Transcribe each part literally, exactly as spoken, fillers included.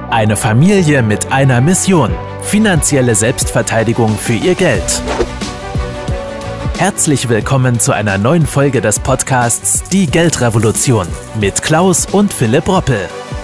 Eine Familie mit einer Mission. Finanzielle Selbstverteidigung für ihr Geld. Herzlich willkommen zu einer neuen Folge des Podcasts Die Geldrevolution mit Klaus und Philipp Roppel.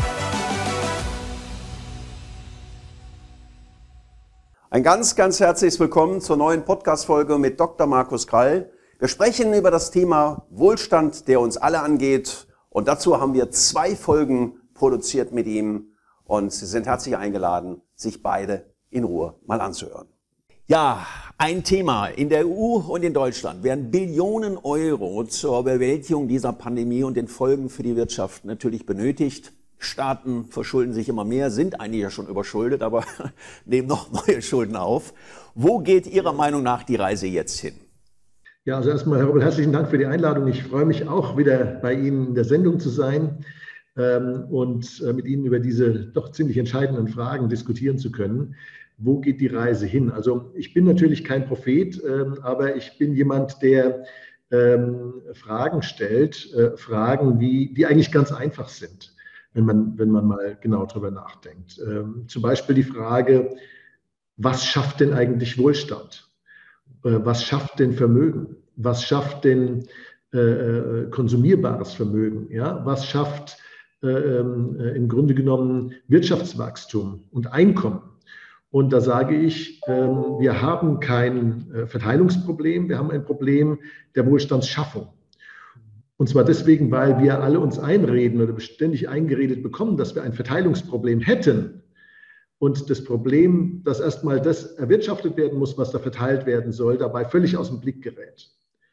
Ein ganz, ganz herzliches Willkommen zur neuen Podcast-Folge mit Doktor Markus Krall. Wir sprechen über das Thema Wohlstand, der uns alle angeht. Und dazu haben wir zwei Folgen produziert mit ihm. Und Sie sind herzlich eingeladen, sich beide in Ruhe mal anzuhören. Ja, ein Thema. In der E U und in Deutschland werden Billionen Euro zur Bewältigung dieser Pandemie und den Folgen für die Wirtschaft natürlich benötigt. Staaten verschulden sich immer mehr, sind eigentlich ja schon überschuldet, aber nehmen noch neue Schulden auf. Wo geht Ihrer Meinung nach die Reise jetzt hin? Ja, also erstmal, Herr Roppel, herzlichen Dank für die Einladung. Ich freue mich auch, wieder bei Ihnen in der Sendung zu sein ähm, und äh, mit Ihnen über diese doch ziemlich entscheidenden Fragen diskutieren zu können. Wo geht die Reise hin? Also ich bin natürlich kein Prophet, ähm, aber ich bin jemand, der ähm, Fragen stellt, äh, Fragen, wie, die eigentlich ganz einfach sind, wenn man, wenn man mal genau drüber nachdenkt. Ähm, zum Beispiel die Frage, was schafft denn eigentlich Wohlstand? Was schafft denn Vermögen? Was schafft denn äh, konsumierbares Vermögen? Ja? Was schafft äh, äh, im Grunde genommen Wirtschaftswachstum und Einkommen? Und da sage ich, äh, wir haben kein äh, Verteilungsproblem, wir haben ein Problem der Wohlstandsschaffung. Und zwar deswegen, weil wir alle uns einreden oder ständig eingeredet bekommen, dass wir ein Verteilungsproblem hätten. Und das Problem, dass erstmal das erwirtschaftet werden muss, was da verteilt werden soll, dabei völlig aus dem Blick gerät.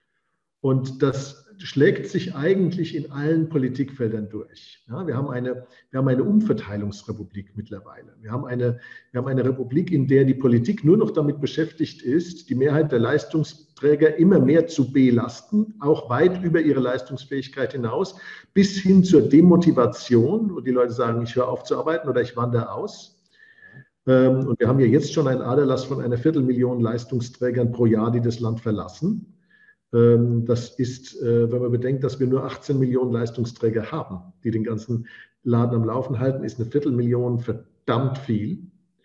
Und das schlägt sich eigentlich in allen Politikfeldern durch. Ja, wir haben eine, wir haben eine Umverteilungsrepublik mittlerweile. Wir haben eine, wir haben eine Republik, in der die Politik nur noch damit beschäftigt ist, die Mehrheit der Leistungsträger immer mehr zu belasten, auch weit über ihre Leistungsfähigkeit hinaus, bis hin zur Demotivation, wo die Leute sagen, ich höre auf zu arbeiten oder ich wandere aus. Und wir haben ja jetzt schon einen Aderlass von einer Viertelmillion Leistungsträgern pro Jahr, die das Land verlassen. Das ist, wenn man bedenkt, dass wir nur achtzehn Millionen Leistungsträger haben, die den ganzen Laden am Laufen halten, ist eine Viertelmillion verdammt viel.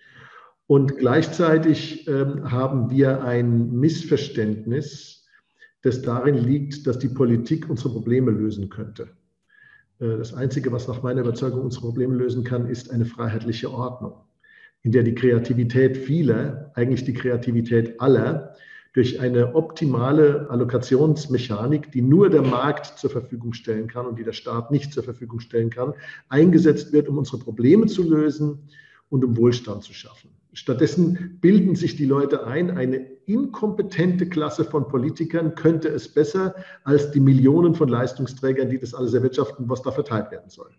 Und gleichzeitig haben wir ein Missverständnis, das darin liegt, dass die Politik unsere Probleme lösen könnte. Das Einzige, was nach meiner Überzeugung unsere Probleme lösen kann, ist eine freiheitliche Ordnung, in der die Kreativität vieler, eigentlich die Kreativität aller, durch eine optimale Allokationsmechanik, die nur der Markt zur Verfügung stellen kann und die der Staat nicht zur Verfügung stellen kann, eingesetzt wird, um unsere Probleme zu lösen und um Wohlstand zu schaffen. Stattdessen bilden sich die Leute ein, eine inkompetente Klasse von Politikern könnte es besser als die Millionen von Leistungsträgern, die das alles erwirtschaften, was da verteilt werden soll.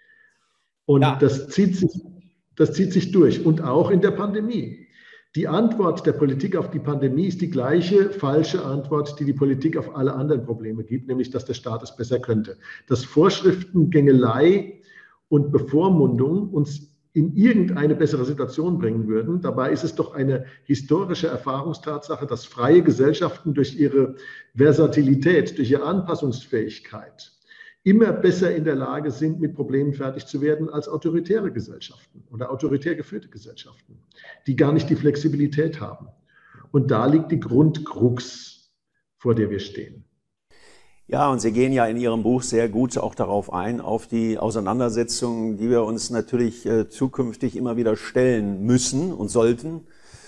Und ja. das zieht sich Das zieht sich durch und auch in der Pandemie. Die Antwort der Politik auf die Pandemie ist die gleiche falsche Antwort, die die Politik auf alle anderen Probleme gibt, nämlich dass der Staat es besser könnte. Dass Vorschriften, Gängelei und Bevormundung uns in irgendeine bessere Situation bringen würden. Dabei ist es doch eine historische Erfahrungstatsache, dass freie Gesellschaften durch ihre Versatilität, durch ihre Anpassungsfähigkeit immer besser in der Lage sind, mit Problemen fertig zu werden als autoritäre Gesellschaften oder autoritär geführte Gesellschaften, die gar nicht die Flexibilität haben. Und da liegt die Grundkrux, vor der wir stehen. Ja, und Sie gehen ja in Ihrem Buch sehr gut auch darauf ein, auf die Auseinandersetzungen, die wir uns natürlich äh, zukünftig immer wieder stellen müssen und sollten.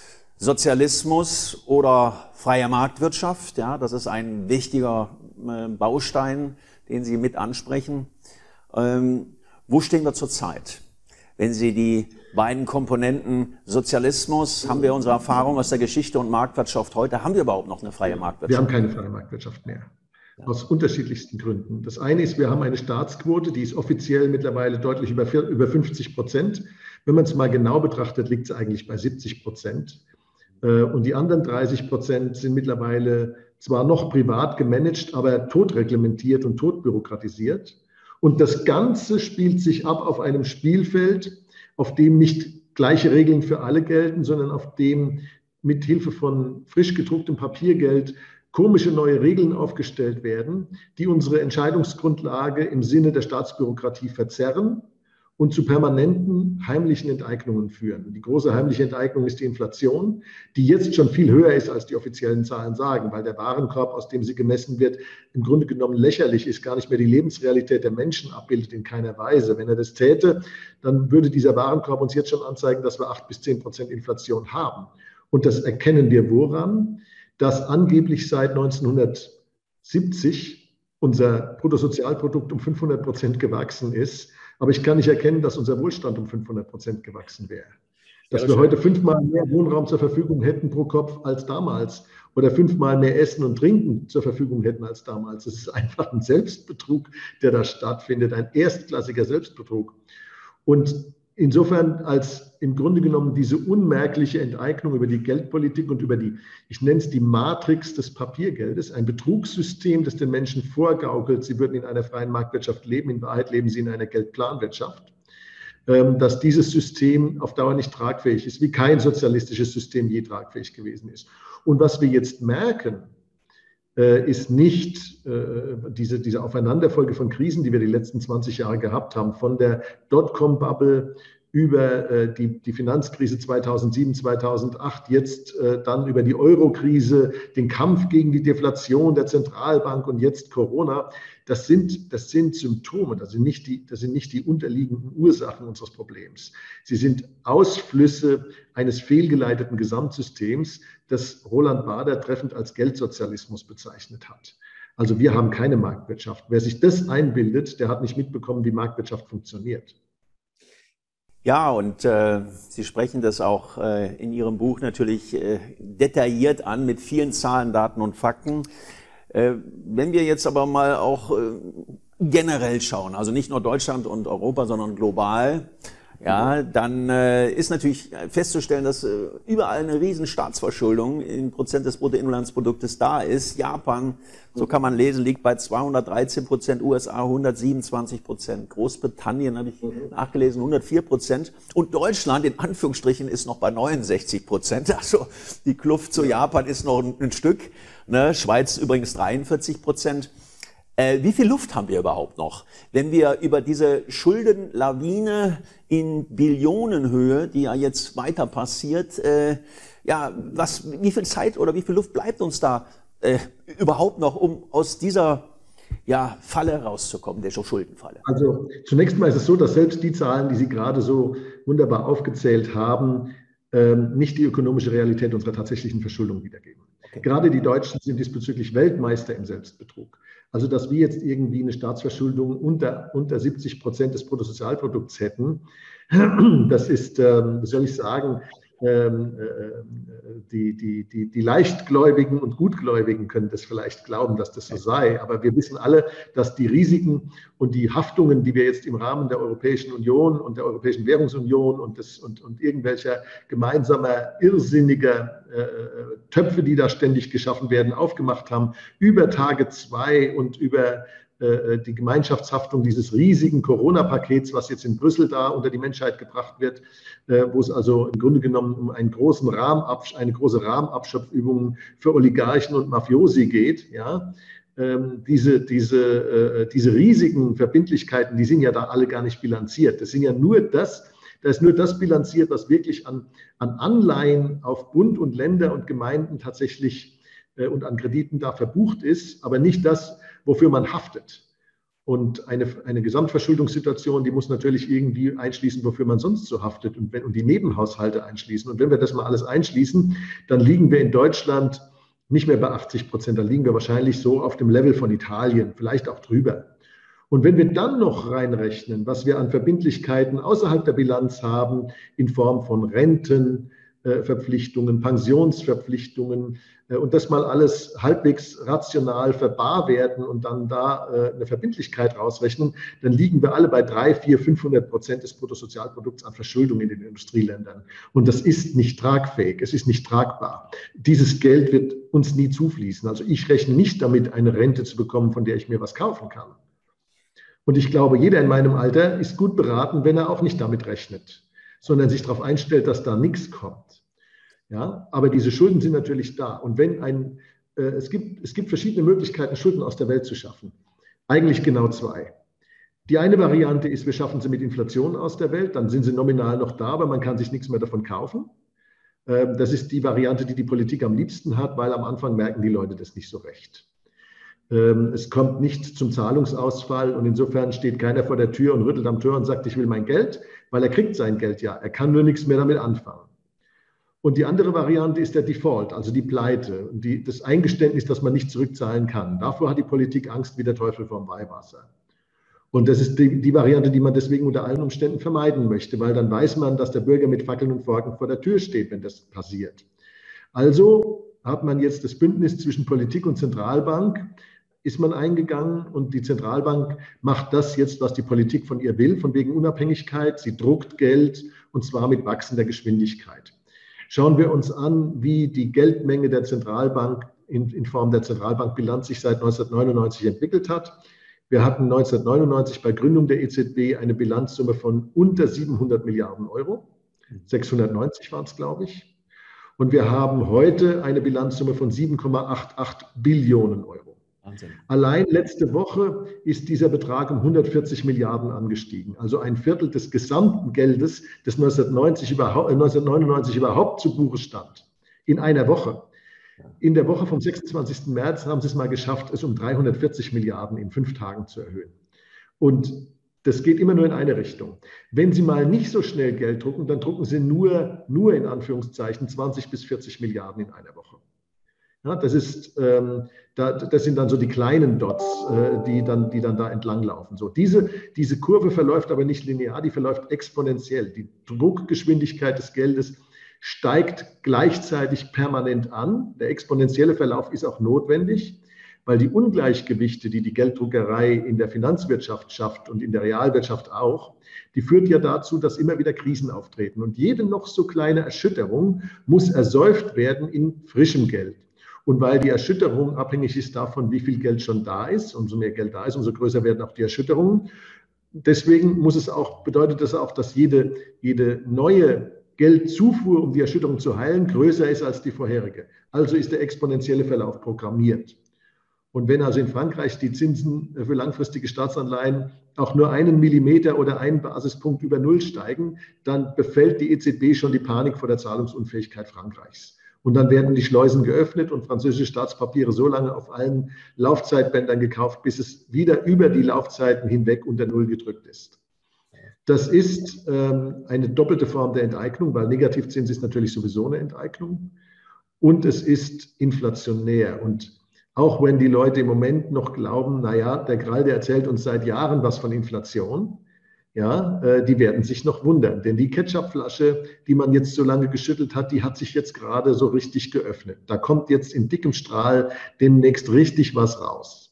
Sozialismus oder freie Marktwirtschaft, ja, das ist ein wichtiger äh, Baustein, den Sie mit ansprechen. Ähm, wo stehen wir zurzeit? Wenn Sie die beiden Komponenten Sozialismus, haben wir unsere Erfahrung aus der Geschichte und Marktwirtschaft heute, haben wir überhaupt noch eine freie Marktwirtschaft? Wir haben keine freie Marktwirtschaft mehr. Ja. Aus unterschiedlichsten Gründen. Das eine ist, wir haben eine Staatsquote, die ist offiziell mittlerweile deutlich über, über fünfzig Prozent. Wenn man es mal genau betrachtet, liegt es eigentlich bei siebzig Prozent. Und die anderen dreißig Prozent sind mittlerweile zwar noch privat gemanagt, aber totreglementiert und totbürokratisiert. Und das Ganze spielt sich ab auf einem Spielfeld, auf dem nicht gleiche Regeln für alle gelten, sondern auf dem mit Hilfe von frisch gedrucktem Papiergeld komische neue Regeln aufgestellt werden, die unsere Entscheidungsgrundlage im Sinne der Staatsbürokratie verzerren und zu permanenten heimlichen Enteignungen führen. Die große heimliche Enteignung ist die Inflation, die jetzt schon viel höher ist, als die offiziellen Zahlen sagen, weil der Warenkorb, aus dem sie gemessen wird, im Grunde genommen lächerlich ist, gar nicht mehr die Lebensrealität der Menschen abbildet in keiner Weise. Wenn er das täte, dann würde dieser Warenkorb uns jetzt schon anzeigen, dass wir acht bis zehn Prozent Inflation haben. Und das erkennen wir woran? Dass angeblich seit neunzehnhundertsiebzig unser Bruttosozialprodukt um fünfhundert Prozent gewachsen ist. Aber ich kann nicht erkennen, dass unser Wohlstand um fünfhundert Prozent gewachsen wäre. Dass ja, wir heute fünfmal mehr Wohnraum zur Verfügung hätten pro Kopf als damals oder fünfmal mehr Essen und Trinken zur Verfügung hätten als damals. Es ist einfach ein Selbstbetrug, der da stattfindet, ein erstklassiger Selbstbetrug. Und insofern, als im Grunde genommen diese unmerkliche Enteignung über die Geldpolitik und über die, ich nenne es die Matrix des Papiergeldes, ein Betrugssystem, das den Menschen vorgaukelt, sie würden in einer freien Marktwirtschaft leben, in Wahrheit leben sie in einer Geldplanwirtschaft, dass dieses System auf Dauer nicht tragfähig ist, wie kein sozialistisches System je tragfähig gewesen ist. Und was wir jetzt merken, ist nicht diese, diese Aufeinanderfolge von Krisen, die wir die letzten zwanzig Jahre gehabt haben, von der Dotcom-Bubble über die, die Finanzkrise zweitausendsieben, zweitausendacht, jetzt dann über die Euro-Krise, den Kampf gegen die Deflation der Zentralbank und jetzt Corona. Das sind, das sind Symptome, das sind, nicht die, das sind nicht die unterliegenden Ursachen unseres Problems. Sie sind Ausflüsse eines fehlgeleiteten Gesamtsystems, das Roland Bader treffend als Geldsozialismus bezeichnet hat. Also wir haben keine Marktwirtschaft. Wer sich das einbildet, der hat nicht mitbekommen, wie Marktwirtschaft funktioniert. Ja, und äh, Sie sprechen das auch äh, in Ihrem Buch natürlich äh, detailliert an mit vielen Zahlen, Daten und Fakten. Äh, wenn wir jetzt aber mal auch äh, generell schauen, also nicht nur Deutschland und Europa, sondern global, ja, dann äh, ist natürlich festzustellen, dass äh, überall eine riesen Staatsverschuldung in Prozent des Bruttoinlandsproduktes da ist. Japan, so kann man lesen, liegt bei zweihundertdreizehn Prozent, U S A hundertsiebenundzwanzig Prozent, Großbritannien, habe ich nachgelesen, hundertvier Prozent und Deutschland in Anführungsstrichen ist noch bei neunundsechzig Prozent. Also die Kluft zu Japan ist noch ein, ein Stück, ne? Schweiz übrigens dreiundvierzig Prozent. Äh, wie viel Luft haben wir überhaupt noch, wenn wir über diese Schuldenlawine in Billionenhöhe, die ja jetzt weiter passiert, äh, ja, was, wie viel Zeit oder wie viel Luft bleibt uns da äh, überhaupt noch, um aus dieser ja, Falle rauszukommen, der Schuldenfalle? Also zunächst mal ist es so, dass selbst die Zahlen, die Sie gerade so wunderbar aufgezählt haben, ähm, nicht die ökonomische Realität unserer tatsächlichen Verschuldung wiedergeben. Okay. Gerade die Deutschen sind diesbezüglich Weltmeister im Selbstbetrug. Also, dass wir jetzt irgendwie eine Staatsverschuldung unter, unter siebzig Prozent des Bruttosozialprodukts hätten, das ist, ähm, wie soll ich sagen, ähm, äh, die, die, die, die Leichtgläubigen und Gutgläubigen können das vielleicht glauben, dass das so sei. Aber wir wissen alle, dass die Risiken und die Haftungen, die wir jetzt im Rahmen der Europäischen Union und der Europäischen Währungsunion und, des, und, und irgendwelcher gemeinsamer, irrsinniger äh, Töpfe, die da ständig geschaffen werden, aufgemacht haben, über Tage zwei und über die Gemeinschaftshaftung dieses riesigen Corona-Pakets, was jetzt in Brüssel da unter die Menschheit gebracht wird, wo es also im Grunde genommen um einen großen Rahmenabsch- eine große Rahmenabschöpfübung für Oligarchen und Mafiosi geht. Ja, diese, diese, diese riesigen Verbindlichkeiten, die sind ja da alle gar nicht bilanziert. Das sind ja nur das, da ist nur das bilanziert, was wirklich an, an Anleihen auf Bund und Länder und Gemeinden tatsächlich und an Krediten da verbucht ist, aber nicht das, wofür man haftet. Und eine, eine Gesamtverschuldungssituation, die muss natürlich irgendwie einschließen, wofür man sonst so haftet und, wenn, und die Nebenhaushalte einschließen. Und wenn wir das mal alles einschließen, dann liegen wir in Deutschland nicht mehr bei achtzig Prozent, dann liegen wir wahrscheinlich so auf dem Level von Italien, vielleicht auch drüber. Und wenn wir dann noch reinrechnen, was wir an Verbindlichkeiten außerhalb der Bilanz haben, in Form von Renten, Verpflichtungen, Pensionsverpflichtungen und das mal alles halbwegs rational verbarwerten und dann da eine Verbindlichkeit rausrechnen, dann liegen wir alle bei drei, vier, fünfhundert Prozent des Bruttosozialprodukts an Verschuldung in den Industrieländern. Und das ist nicht tragfähig, es ist nicht tragbar. Dieses Geld wird uns nie zufließen. Also ich rechne nicht damit, eine Rente zu bekommen, von der ich mir was kaufen kann. Und ich glaube, jeder in meinem Alter ist gut beraten, wenn er auch nicht damit rechnet, sondern sich darauf einstellt, dass da nichts kommt. Ja, aber diese Schulden sind natürlich da. Und wenn ein, äh, es gibt, es gibt verschiedene Möglichkeiten, Schulden aus der Welt zu schaffen. Eigentlich genau zwei. Die eine Variante ist, wir schaffen sie mit Inflation aus der Welt, dann sind sie nominal noch da, aber man kann sich nichts mehr davon kaufen. Das ist die Variante, die die Politik am liebsten hat, weil am Anfang merken die Leute das nicht so recht. Es kommt nicht zum Zahlungsausfall und insofern steht keiner vor der Tür und rüttelt am Tor und sagt, ich will mein Geld, weil er kriegt sein Geld ja. Er kann nur nichts mehr damit anfangen. Und die andere Variante ist der Default, also die Pleite, die, das Eingeständnis, dass man nicht zurückzahlen kann. Davor hat die Politik Angst wie der Teufel vorm Weihwasser. Und das ist die, die Variante, die man deswegen unter allen Umständen vermeiden möchte, weil dann weiß man, dass der Bürger mit Fackeln und Forken vor der Tür steht, wenn das passiert. Also hat man jetzt das Bündnis zwischen Politik und Zentralbank, ist man eingegangen und die Zentralbank macht das jetzt, was die Politik von ihr will, von wegen Unabhängigkeit. Sie druckt Geld und zwar mit wachsender Geschwindigkeit. Schauen wir uns an, wie die Geldmenge der Zentralbank in, in Form der Zentralbankbilanz sich seit neunzehnhundertneunundneunzig entwickelt hat. Wir hatten neunzehnhundertneunundneunzig bei Gründung der E Z B eine Bilanzsumme von unter siebenhundert Milliarden Euro. sechshundertneunzig waren es, glaube ich. Und wir haben heute eine Bilanzsumme von sieben Komma achtundachtzig Billionen Euro. Wahnsinn. Allein letzte Woche ist dieser Betrag um hundertvierzig Milliarden angestiegen. Also ein Viertel des gesamten Geldes, das neunzehnhundertneunzig überhaupt, neunzehnhundertneunundneunzig überhaupt zu Buche stand. In einer Woche. In der Woche vom sechsundzwanzigsten März haben sie es mal geschafft, es um dreihundertvierzig Milliarden in fünf Tagen zu erhöhen. Und das geht immer nur in eine Richtung. Wenn Sie mal nicht so schnell Geld drucken, dann drucken Sie nur, nur in Anführungszeichen zwanzig bis vierzig Milliarden in einer Woche. Ja, das, ist, ähm, da, das sind dann so die kleinen Dots, äh, die, dann, die dann da entlang laufen. So, diese, diese Kurve verläuft aber nicht linear, die verläuft exponentiell. Die Druckgeschwindigkeit des Geldes steigt gleichzeitig permanent an. Der exponentielle Verlauf ist auch notwendig, weil die Ungleichgewichte, die die Gelddruckerei in der Finanzwirtschaft schafft und in der Realwirtschaft auch, die führt ja dazu, dass immer wieder Krisen auftreten. Und jede noch so kleine Erschütterung muss ersäuft werden in frischem Geld. Und weil die Erschütterung abhängig ist davon, wie viel Geld schon da ist, umso mehr Geld da ist, umso größer werden auch die Erschütterungen. Deswegen muss es auch, bedeutet das auch, dass jede, jede neue Geldzufuhr, um die Erschütterung zu heilen, größer ist als die vorherige. Also ist der exponentielle Verlauf programmiert. Und wenn also in Frankreich die Zinsen für langfristige Staatsanleihen auch nur einen Millimeter oder einen Basispunkt über Null steigen, dann befällt die E Z B schon die Panik vor der Zahlungsunfähigkeit Frankreichs. Und dann werden die Schleusen geöffnet und französische Staatspapiere so lange auf allen Laufzeitbändern gekauft, bis es wieder über die Laufzeiten hinweg unter Null gedrückt ist. Das ist ähm, eine doppelte Form der Enteignung, weil Negativzins ist natürlich sowieso eine Enteignung. Und es ist inflationär. Und auch wenn die Leute im Moment noch glauben, naja, der Krall, der erzählt uns seit Jahren was von Inflation, ja, äh, die werden sich noch wundern. Denn die Ketchupflasche, die man jetzt so lange geschüttelt hat, die hat sich jetzt gerade so richtig geöffnet. Da kommt jetzt in dickem Strahl demnächst richtig was raus.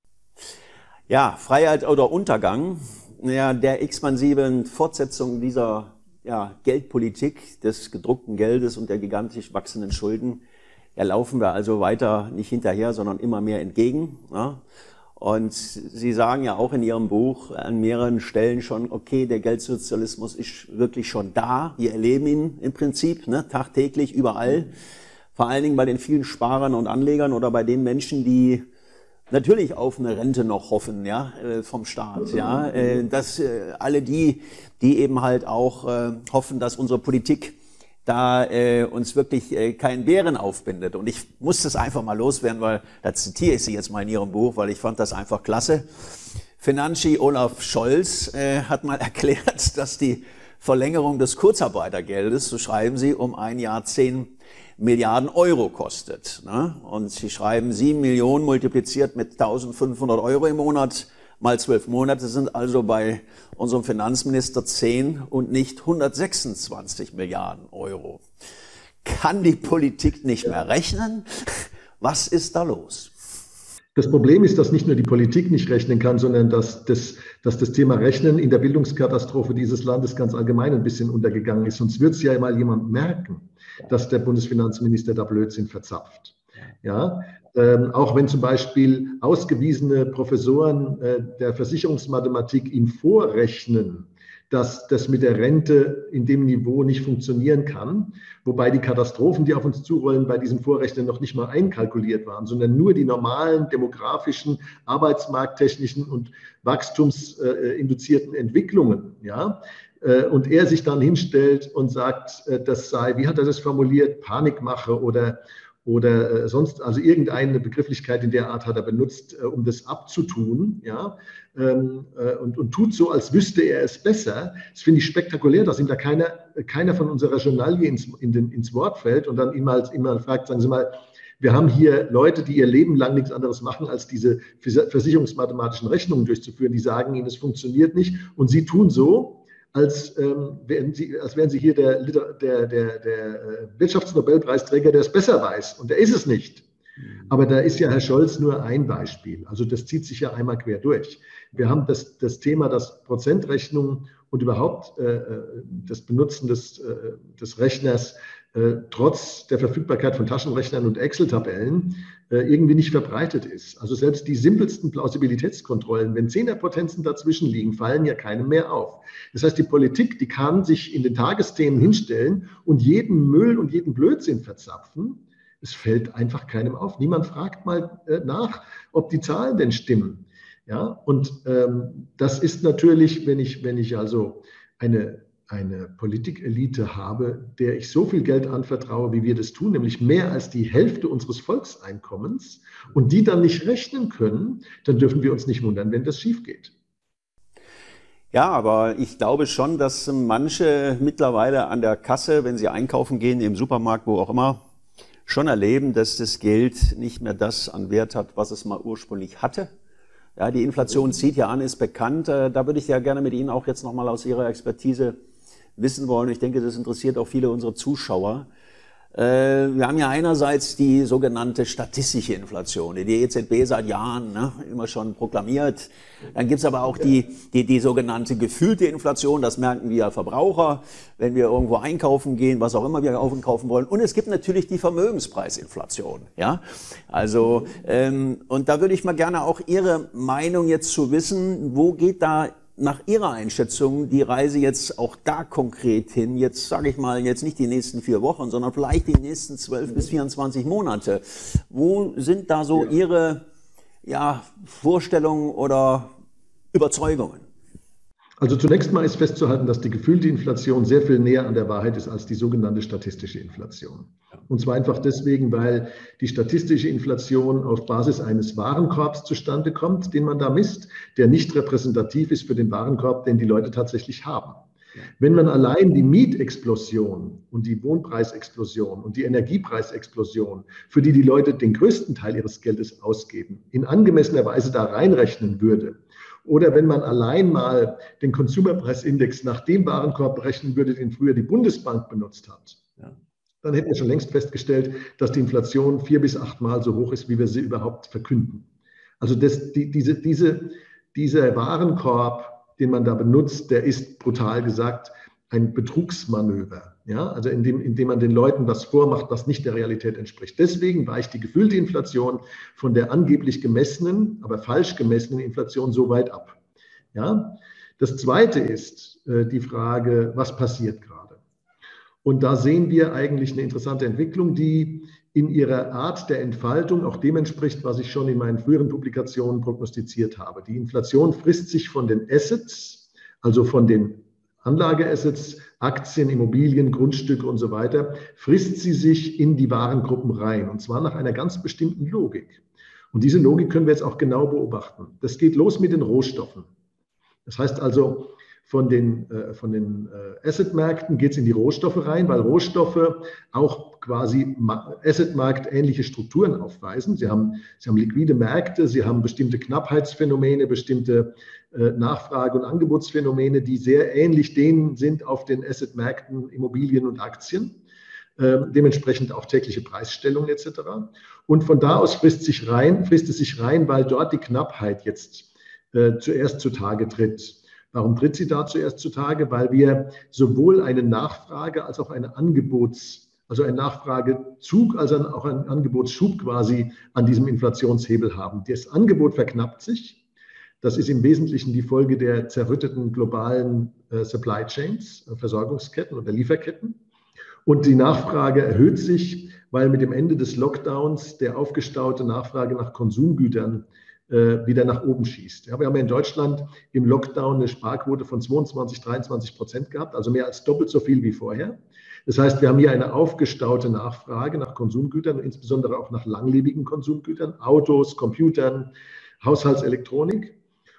Ja, Freiheit oder Untergang. Ja, der expansiven Fortsetzung dieser ja, Geldpolitik des gedruckten Geldes und der gigantisch wachsenden Schulden, ja, laufen wir also weiter nicht hinterher, sondern immer mehr entgegen. Ja. Und Sie sagen ja auch in Ihrem Buch an mehreren Stellen schon, okay, der Geldsozialismus ist wirklich schon da. Wir erleben ihn im Prinzip, ne, tagtäglich, überall. Vor allen Dingen bei den vielen Sparern und Anlegern oder bei den Menschen, die natürlich auf eine Rente noch hoffen, ja, vom Staat, ja, dass alle die, die eben halt auch hoffen, dass unsere Politik da uns wirklich keinen Bären aufbindet. Und ich muss das einfach mal loswerden, weil da zitiere ich Sie jetzt mal in Ihrem Buch, weil ich fand das einfach klasse. Financi Olaf Scholz hat mal erklärt, dass die Verlängerung des Kurzarbeitergeldes, so schreiben Sie, um ein Jahr zehn Milliarden Euro kostet. Ne? Und Sie schreiben, sieben Millionen multipliziert mit eintausendfünfhundert Euro im Monat mal zwölf Monate sind also bei unserem Finanzminister zehn und nicht hundertsechsundzwanzig Milliarden Euro. Kann die Politik nicht mehr rechnen? Was ist da los? Das Problem ist, dass nicht nur die Politik nicht rechnen kann, sondern dass das, dass das Thema Rechnen in der Bildungskatastrophe dieses Landes ganz allgemein ein bisschen untergegangen ist. Sonst wird es ja mal jemand merken, dass der Bundesfinanzminister da Blödsinn verzapft. Ja, ähm, auch wenn zum Beispiel ausgewiesene Professoren äh, der Versicherungsmathematik ihm vorrechnen, dass das mit der Rente in dem Niveau nicht funktionieren kann, wobei die Katastrophen, die auf uns zurollen, bei diesen Vorrechnern noch nicht mal einkalkuliert waren, sondern nur die normalen demografischen, arbeitsmarkttechnischen und wachstumsinduzierten Entwicklungen. Ja? Und er sich dann hinstellt und sagt, das sei, wie hat er das formuliert, Panikmache oder oder sonst, also irgendeine Begrifflichkeit in der Art hat er benutzt, um das abzutun, ja, und, und tut so, als wüsste er es besser. Das finde ich spektakulär, dass ihm da keiner, keiner von unserer Journalie ins, in den, ins Wort fällt und dann ihn mal, ihn mal fragt, sagen Sie mal, wir haben hier Leute, die ihr Leben lang nichts anderes machen, als diese versicherungsmathematischen Rechnungen durchzuführen, die sagen Ihnen, es funktioniert nicht und Sie tun so, als, ähm, wären Sie, als wären Sie hier der, der, der, der Wirtschaftsnobelpreisträger, der es besser weiß. Und der ist es nicht. Aber da ist ja Herr Scholz nur ein Beispiel. Also das zieht sich ja einmal quer durch. Wir haben das, das Thema, dass Prozentrechnungen und überhaupt äh, das Benutzen des, äh, des Rechners äh, trotz der Verfügbarkeit von Taschenrechnern und Excel-Tabellen äh, irgendwie nicht verbreitet ist. Also selbst die simpelsten Plausibilitätskontrollen, wenn Zehnerpotenzen dazwischen liegen, fallen ja keinem mehr auf. Das heißt, die Politik, die kann sich in den Tagesthemen hinstellen und jeden Müll und jeden Blödsinn verzapfen. Es fällt einfach keinem auf. Niemand fragt mal äh, nach, ob die Zahlen denn stimmen. Ja, und ähm, das ist natürlich, wenn ich, wenn ich also eine, eine Politikelite habe, der ich so viel Geld anvertraue, wie wir das tun, nämlich mehr als die Hälfte unseres Volkseinkommens, und die dann nicht rechnen können, dann dürfen wir uns nicht wundern, wenn das schief geht. Ja, aber ich glaube schon, dass manche mittlerweile an der Kasse, wenn sie einkaufen gehen, im Supermarkt, wo auch immer, schon erleben, dass das Geld nicht mehr das an Wert hat, was es mal ursprünglich hatte. Ja, die Inflation zieht ja an, ist bekannt. Da würde ich ja gerne mit Ihnen auch jetzt nochmal aus Ihrer Expertise wissen wollen. Ich denke, das interessiert auch viele unserer Zuschauer. Wir haben ja einerseits die sogenannte statistische Inflation, die die E Z B seit Jahren ne, immer schon proklamiert. Dann gibt es aber auch die, die, die sogenannte gefühlte Inflation, das merken wir Verbraucher, wenn wir irgendwo einkaufen gehen, was auch immer wir einkaufen wollen. Und es gibt natürlich die Vermögenspreisinflation. Ja? Also, ähm, und da würde ich mal gerne auch Ihre Meinung jetzt zu wissen, wo geht da nach Ihrer Einschätzung die Reise jetzt auch da konkret hin? Jetzt sage ich mal, jetzt nicht die nächsten vier Wochen, sondern vielleicht die nächsten zwölf bis vierundzwanzig Monate. Wo sind da so ja. Ihre ja, Vorstellungen oder Überzeugungen? Also zunächst mal ist festzuhalten, dass die gefühlte Inflation sehr viel näher an der Wahrheit ist als die sogenannte statistische Inflation. Und zwar einfach deswegen, weil die statistische Inflation auf Basis eines Warenkorbs zustande kommt, den man da misst, der nicht repräsentativ ist für den Warenkorb, den die Leute tatsächlich haben. Wenn man allein die Mietexplosion und die Wohnpreisexplosion und die Energiepreisexplosion, für die die Leute den größten Teil ihres Geldes ausgeben, in angemessener Weise da reinrechnen würde, oder wenn man allein mal den Konsumerpreisindex nach dem Warenkorb berechnen würde, den früher die Bundesbank benutzt hat, ja, dann hätten wir schon längst festgestellt, dass die Inflation vier bis achtmal so hoch ist, wie wir sie überhaupt verkünden. Also das, die, diese, diese, dieser Warenkorb, den man da benutzt, der ist brutal gesagt ein Betrugsmanöver. Ja? Also indem, indem man den Leuten was vormacht, was nicht der Realität entspricht. Deswegen weicht die gefühlte Inflation von der angeblich gemessenen, aber falsch gemessenen Inflation so weit ab. Ja? Das Zweite ist äh, die Frage, was passiert gerade? Und da sehen wir eigentlich eine interessante Entwicklung, die in ihrer Art der Entfaltung auch dem entspricht, was ich schon in meinen früheren Publikationen prognostiziert habe. Die Inflation frisst sich von den Assets, also von den Anlageassets, Aktien, Immobilien, Grundstücke und so weiter, frisst sie sich in die Warengruppen rein, und zwar nach einer ganz bestimmten Logik. Und diese Logik können wir jetzt auch genau beobachten. Das geht los mit den Rohstoffen. Das heißt also, von den, äh, von den äh, Assetmärkten geht es in die Rohstoffe rein, weil Rohstoffe auch quasi Assetmarkt-ähnliche Strukturen aufweisen. Sie haben, sie haben liquide Märkte, sie haben bestimmte Knappheitsphänomene, bestimmte äh, Nachfrage- und Angebotsphänomene, die sehr ähnlich denen sind auf den Assetmärkten, Immobilien und Aktien. Äh, dementsprechend auch tägliche Preisstellungen et cetera. Und von da aus frisst, sich rein, frisst es sich rein, weil dort die Knappheit jetzt äh, zuerst zutage tritt. Warum tritt sie da zuerst zutage? Weil wir sowohl eine Nachfrage als auch eine Angebots, also einen Nachfragezug, als auch einen Angebotsschub quasi an diesem Inflationshebel haben. Das Angebot verknappt sich, Das ist im Wesentlichen die Folge der zerrütteten globalen äh, Supply Chains, äh, Versorgungsketten oder Lieferketten. Und die Nachfrage erhöht sich, weil mit dem Ende des Lockdowns der aufgestaute Nachfrage nach Konsumgütern äh, wieder nach oben schießt. Ja, wir haben ja in Deutschland im Lockdown eine Sparquote von zweiundzwanzig, dreiundzwanzig Prozent gehabt, also mehr als doppelt so viel wie vorher. Das heißt, wir haben hier eine aufgestaute Nachfrage nach Konsumgütern, insbesondere auch nach langlebigen Konsumgütern, Autos, Computern, Haushaltselektronik.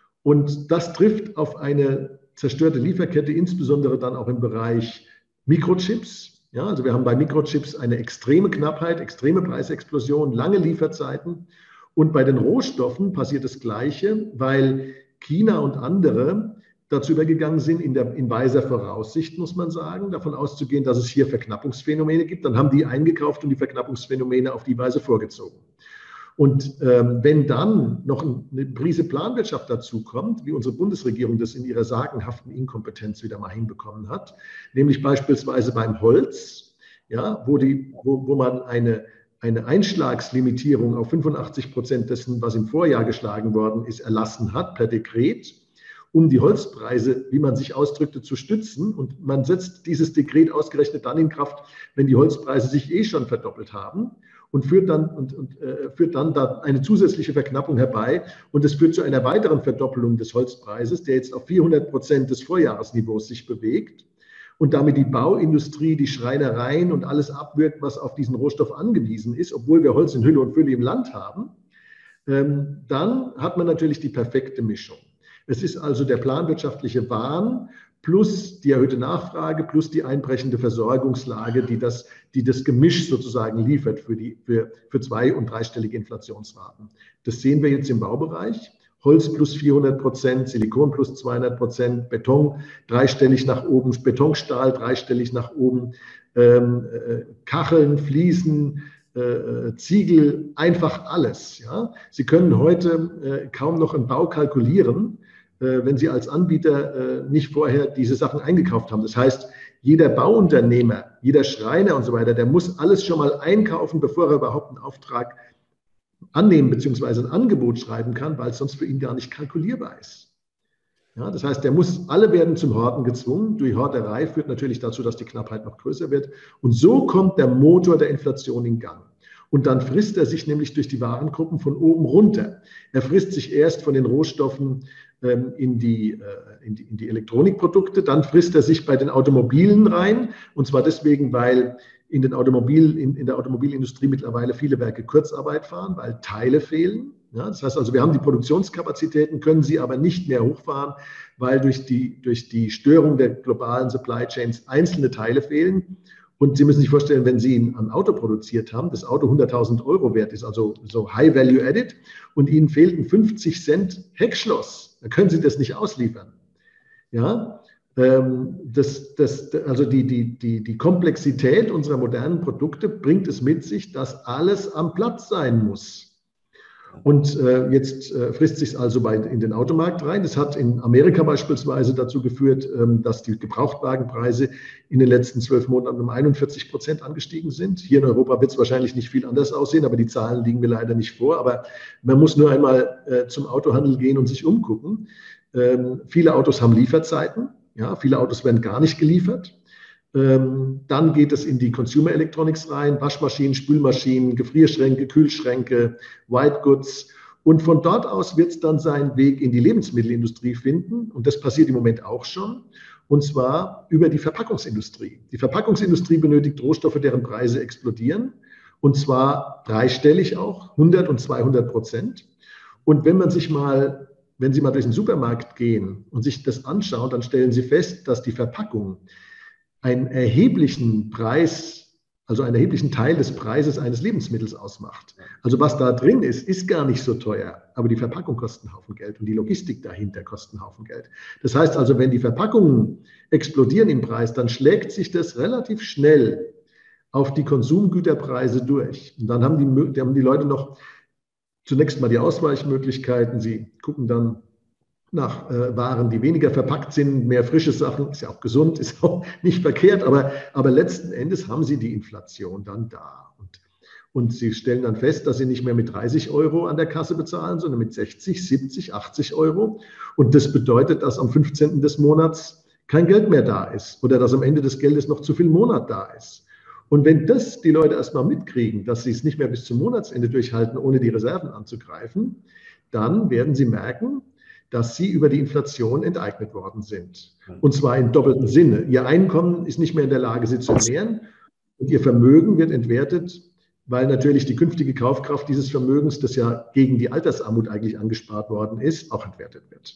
Und das trifft auf eine zerstörte Lieferkette, insbesondere dann auch im Bereich Mikrochips. Ja, also wir haben bei Mikrochips eine extreme Knappheit, extreme Preisexplosion, lange Lieferzeiten. Und bei den Rohstoffen passiert das Gleiche, weil China und andere dazu übergegangen sind, in, der, in weiser Voraussicht, muss man sagen, davon auszugehen, dass es hier Verknappungsphänomene gibt. Dann haben die eingekauft und die Verknappungsphänomene auf die Weise vorgezogen. Und ähm, wenn dann noch eine Prise Planwirtschaft dazu kommt, wie unsere Bundesregierung das in ihrer sagenhaften Inkompetenz wieder mal hinbekommen hat, nämlich beispielsweise beim Holz, ja, wo, die, wo, wo man eine, eine Einschlagslimitierung auf fünfundachtzig Prozent dessen, was im Vorjahr geschlagen worden ist, erlassen hat per Dekret, um die Holzpreise, wie man sich ausdrückte, zu stützen. Und man setzt dieses Dekret ausgerechnet dann in Kraft, wenn die Holzpreise sich eh schon verdoppelt haben. Und führt dann, und, und, äh, führt dann da eine zusätzliche Verknappung herbei. Und es führt zu einer weiteren Verdoppelung des Holzpreises, der jetzt auf vierhundert Prozent des Vorjahresniveaus sich bewegt und damit die Bauindustrie, die Schreinereien und alles abwirkt, was auf diesen Rohstoff angewiesen ist, obwohl wir Holz in Hülle und Fülle im Land haben. Ähm, dann hat man natürlich die perfekte Mischung. Es ist also der planwirtschaftliche Wahn plus die erhöhte Nachfrage, plus die einbrechende Versorgungslage, die das, die das Gemisch sozusagen liefert für, die, für, für zwei- und dreistellige Inflationsraten. Das sehen wir jetzt im Baubereich. Holz plus vierhundert Prozent, Silikon plus zweihundert Prozent, Beton dreistellig nach oben, Betonstahl dreistellig nach oben, ähm, äh, Kacheln, Fliesen, äh, Ziegel, einfach alles. Ja? Sie können heute äh, kaum noch einen Bau kalkulieren, wenn Sie als Anbieter nicht vorher diese Sachen eingekauft haben. Das heißt, jeder Bauunternehmer, jeder Schreiner und so weiter, der muss alles schon mal einkaufen, bevor er überhaupt einen Auftrag annehmen bzw. ein Angebot schreiben kann, weil es sonst für ihn gar nicht kalkulierbar ist. Ja, das heißt, der muss, alle werden zum Horten gezwungen. Die Horterei führt natürlich dazu, dass die Knappheit noch größer wird. Und so kommt der Motor der Inflation in Gang. Und dann frisst er sich nämlich durch die Warengruppen von oben runter. Er frisst sich erst von den Rohstoffen ähm, in, die, äh, in, die, in die Elektronikprodukte, dann frisst er sich bei den Automobilen rein. Und zwar deswegen, weil in, den Automobil, in, in der Automobilindustrie mittlerweile viele Werke Kurzarbeit fahren, weil Teile fehlen. Ja, das heißt also, wir haben die Produktionskapazitäten, können sie aber nicht mehr hochfahren, weil durch die, durch die Störung der globalen Supply Chains einzelne Teile fehlen. Und Sie müssen sich vorstellen, wenn Sie ein Auto produziert haben, das Auto hunderttausend Euro wert ist, also so High Value Added, und Ihnen fehlten fünfzig Cent Heckschloss, dann können Sie das nicht ausliefern. Ja, ähm, das, das, also die, die, die, die Komplexität unserer modernen Produkte bringt es mit sich, dass alles am Platz sein muss. Und äh, jetzt äh, frisst sich also bei, in den Automarkt rein. Das hat in Amerika beispielsweise dazu geführt, ähm, dass die Gebrauchtwagenpreise in den letzten zwölf Monaten um einundvierzig Prozent angestiegen sind. Hier in Europa wird es wahrscheinlich nicht viel anders aussehen, aber die Zahlen liegen mir leider nicht vor. Aber man muss nur einmal äh, zum Autohandel gehen und sich umgucken. Ähm, viele Autos haben Lieferzeiten. Ja, viele Autos werden gar nicht geliefert. Ähm, dann geht es in die Consumer Electronics rein, Waschmaschinen, Spülmaschinen, Gefrierschränke, Kühlschränke, White Goods. Und von dort aus wird es dann seinen Weg in die Lebensmittelindustrie finden. Und das passiert im Moment auch schon. Und zwar über die Verpackungsindustrie. Die Verpackungsindustrie benötigt Rohstoffe, deren Preise explodieren. Und zwar dreistellig auch, hundert und zweihundert Prozent. Und wenn man sich mal, wenn Sie mal durch den Supermarkt gehen und sich das anschauen, dann stellen Sie fest, dass die Verpackung einen erheblichen Preis, also einen erheblichen Teil des Preises eines Lebensmittels ausmacht. Also was da drin ist, ist gar nicht so teuer, aber die Verpackung kostet einen Haufen Geld und die Logistik dahinter kostet einen Haufen Geld. Das heißt also, wenn die Verpackungen explodieren im Preis, dann schlägt sich das relativ schnell auf die Konsumgüterpreise durch. Und dann haben die, haben die Leute noch zunächst mal die Ausweichmöglichkeiten. Sie gucken dann nach äh, Waren, die weniger verpackt sind, mehr frische Sachen, ist ja auch gesund, ist auch nicht verkehrt, aber, aber letzten Endes haben sie die Inflation dann da. Und, Und sie stellen dann fest, dass sie nicht mehr mit dreißig Euro an der Kasse bezahlen, sondern mit sechzig, siebzig, achtzig Euro. Und das bedeutet, dass am fünfzehnten des Monats kein Geld mehr da ist oder dass am Ende des Geldes noch zu viel Monat da ist. Und wenn das die Leute erstmal mitkriegen, dass sie es nicht mehr bis zum Monatsende durchhalten, ohne die Reserven anzugreifen, dann werden sie merken, dass sie über die Inflation enteignet worden sind. Und zwar im doppelten Sinne. Ihr Einkommen ist nicht mehr in der Lage, sie zu ernähren und ihr Vermögen wird entwertet, weil natürlich die künftige Kaufkraft dieses Vermögens, das ja gegen die Altersarmut eigentlich angespart worden ist, auch entwertet wird.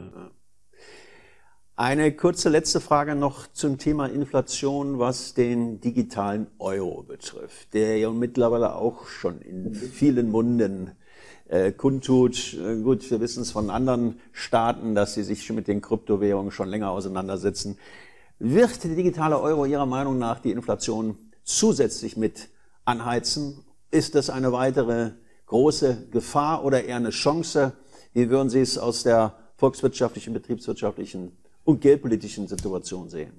Eine kurze letzte Frage noch zum Thema Inflation, was den digitalen Euro betrifft, der ja mittlerweile auch schon in vielen Munden äh, kundtut. Äh, gut, wir wissen es von anderen Staaten, dass sie sich mit den Kryptowährungen schon länger auseinandersetzen. Wird der digitale Euro Ihrer Meinung nach die Inflation zusätzlich mit anheizen? Ist das eine weitere große Gefahr oder eher eine Chance? Wie würden Sie es aus der volkswirtschaftlichen, betriebswirtschaftlichen und geldpolitischen Situation sehen?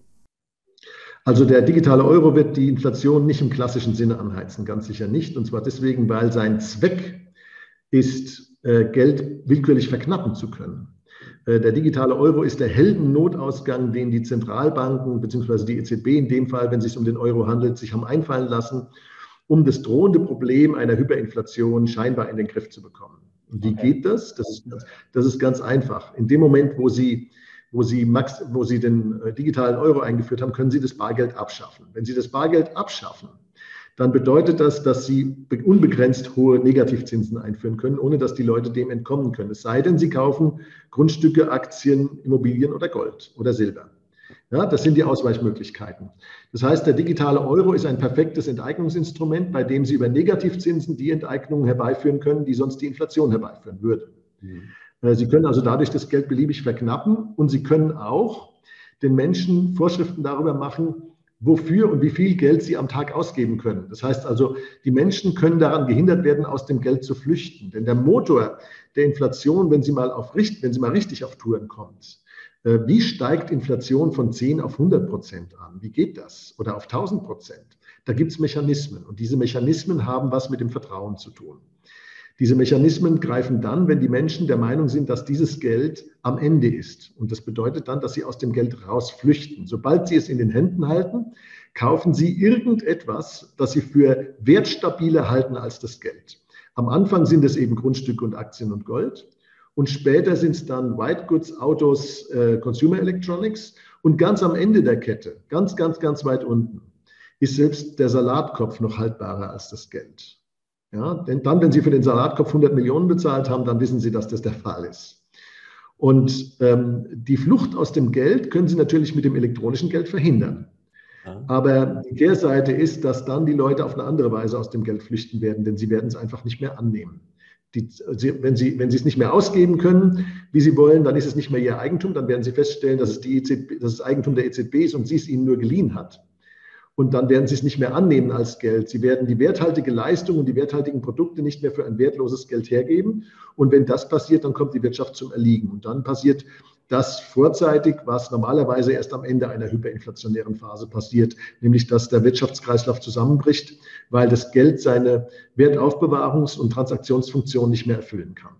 Also der digitale Euro wird die Inflation nicht im klassischen Sinne anheizen, ganz sicher nicht. Und zwar deswegen, weil sein Zweck ist, Geld willkürlich verknappen zu können. Der digitale Euro ist der Heldennotausgang, den die Zentralbanken bzw. die E Z B in dem Fall, wenn es sich um den Euro handelt, sich haben einfallen lassen, um das drohende Problem einer Hyperinflation scheinbar in den Griff zu bekommen. Und wie geht das? Das ist, das ist ganz einfach. In dem Moment, wo Sie Wo Sie, Max, wo Sie den digitalen Euro eingeführt haben, können Sie das Bargeld abschaffen. Wenn Sie das Bargeld abschaffen, dann bedeutet das, dass Sie unbegrenzt hohe Negativzinsen einführen können, ohne dass die Leute dem entkommen können. Es sei denn, Sie kaufen Grundstücke, Aktien, Immobilien oder Gold oder Silber. Ja, das sind die Ausweichmöglichkeiten. Das heißt, der digitale Euro ist ein perfektes Enteignungsinstrument, bei dem Sie über Negativzinsen die Enteignungen herbeiführen können, die sonst die Inflation herbeiführen würde. Mhm. Sie können also dadurch das Geld beliebig verknappen und Sie können auch den Menschen Vorschriften darüber machen, wofür und wie viel Geld sie am Tag ausgeben können. Das heißt also, die Menschen können daran gehindert werden, aus dem Geld zu flüchten. Denn der Motor der Inflation, wenn sie mal, auf, wenn sie mal richtig auf Touren kommt, wie steigt Inflation von zehn auf hundert Prozent an? Wie geht das? Oder auf tausend Prozent? Da gibt es Mechanismen und diese Mechanismen haben was mit dem Vertrauen zu tun. Diese Mechanismen greifen dann, wenn die Menschen der Meinung sind, dass dieses Geld am Ende ist. Und das bedeutet dann, dass sie aus dem Geld rausflüchten. Sobald sie es in den Händen halten, kaufen sie irgendetwas, das sie für wertstabiler halten als das Geld. Am Anfang sind es eben Grundstücke und Aktien und Gold. Und später sind es dann White Goods, Autos, äh, Consumer Electronics. Und ganz am Ende der Kette, ganz, ganz, ganz weit unten, ist selbst der Salatkopf noch haltbarer als das Geld. Ja, denn dann, wenn Sie für den Salatkopf hundert Millionen bezahlt haben, dann wissen Sie, dass das der Fall ist. Und ähm, die Flucht aus dem Geld können Sie natürlich mit dem elektronischen Geld verhindern. Ja. Aber die Kehrseite ist, dass dann die Leute auf eine andere Weise aus dem Geld flüchten werden, denn sie werden es einfach nicht mehr annehmen. Die, sie, wenn, sie, wenn Sie es nicht mehr ausgeben können, wie Sie wollen, dann ist es nicht mehr Ihr Eigentum. Dann werden Sie feststellen, dass es, die E Z B, dass es Eigentum der E Z B ist und sie es Ihnen nur geliehen hat. Und dann werden Sie es nicht mehr annehmen als Geld. Sie werden die werthaltige Leistung und die werthaltigen Produkte nicht mehr für ein wertloses Geld hergeben. Und wenn das passiert, dann kommt die Wirtschaft zum Erliegen. Und dann passiert das vorzeitig, was normalerweise erst am Ende einer hyperinflationären Phase passiert, nämlich dass der Wirtschaftskreislauf zusammenbricht, weil das Geld seine Wertaufbewahrungs- und Transaktionsfunktion nicht mehr erfüllen kann.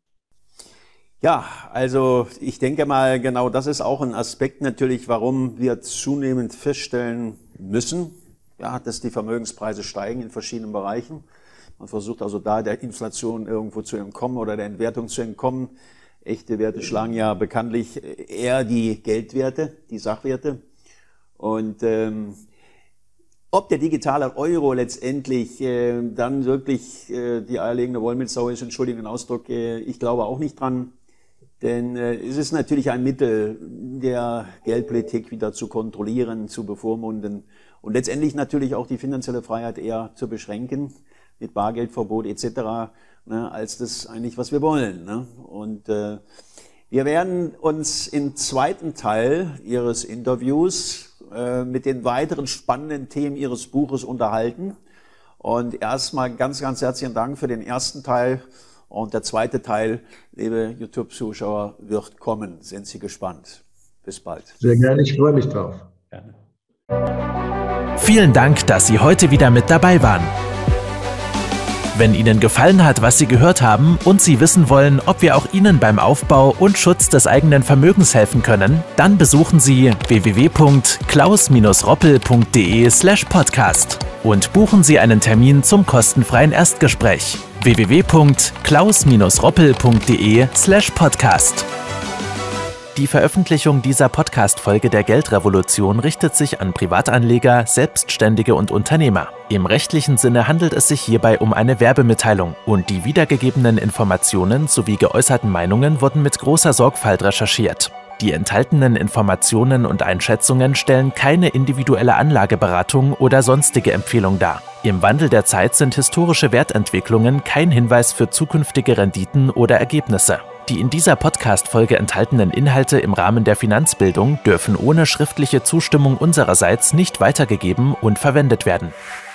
Ja, also ich denke mal, genau das ist auch ein Aspekt natürlich, warum wir zunehmend feststellen müssen, ja, dass die Vermögenspreise steigen in verschiedenen Bereichen. Man versucht also da der Inflation irgendwo zu entkommen oder der Entwertung zu entkommen. Echte Werte schlagen ja bekanntlich eher die Geldwerte, die Sachwerte. Und ähm, ob der digitale Euro letztendlich äh, dann wirklich äh, die eierlegende Wollmilchsau ist, entschuldigen den Ausdruck, äh, ich glaube auch nicht dran. Denn äh, es ist natürlich ein Mittel, der Geldpolitik wieder zu kontrollieren, zu bevormunden und letztendlich natürlich auch die finanzielle Freiheit eher zu beschränken mit Bargeldverbot et cetera, ne, als das eigentlich, was wir wollen. Ne? Und äh, wir werden uns im zweiten Teil Ihres Interviews äh, mit den weiteren spannenden Themen Ihres Buches unterhalten. Und erstmal ganz, ganz herzlichen Dank für den ersten Teil. Und der zweite Teil, liebe YouTube-Zuschauer, wird kommen. Sind Sie gespannt. Bis bald. Sehr gerne, ich freue mich drauf. Gerne. Vielen Dank, dass Sie heute wieder mit dabei waren. Wenn Ihnen gefallen hat, was Sie gehört haben und Sie wissen wollen, ob wir auch Ihnen beim Aufbau und Schutz des eigenen Vermögens helfen können, dann besuchen Sie w w w punkt klaus roppel punkt de slash podcast und buchen Sie einen Termin zum kostenfreien Erstgespräch. w w w punkt klaus roppel punkt de slash podcast. Die Veröffentlichung dieser Podcast-Folge der Geldrevolution richtet sich an Privatanleger, Selbstständige und Unternehmer. Im rechtlichen Sinne handelt es sich hierbei um eine Werbemitteilung und die wiedergegebenen Informationen sowie geäußerten Meinungen wurden mit großer Sorgfalt recherchiert. Die enthaltenen Informationen und Einschätzungen stellen keine individuelle Anlageberatung oder sonstige Empfehlung dar. Im Wandel der Zeit sind historische Wertentwicklungen kein Hinweis für zukünftige Renditen oder Ergebnisse. Die in dieser Podcast-Folge enthaltenen Inhalte im Rahmen der Finanzbildung dürfen ohne schriftliche Zustimmung unsererseits nicht weitergegeben und verwendet werden.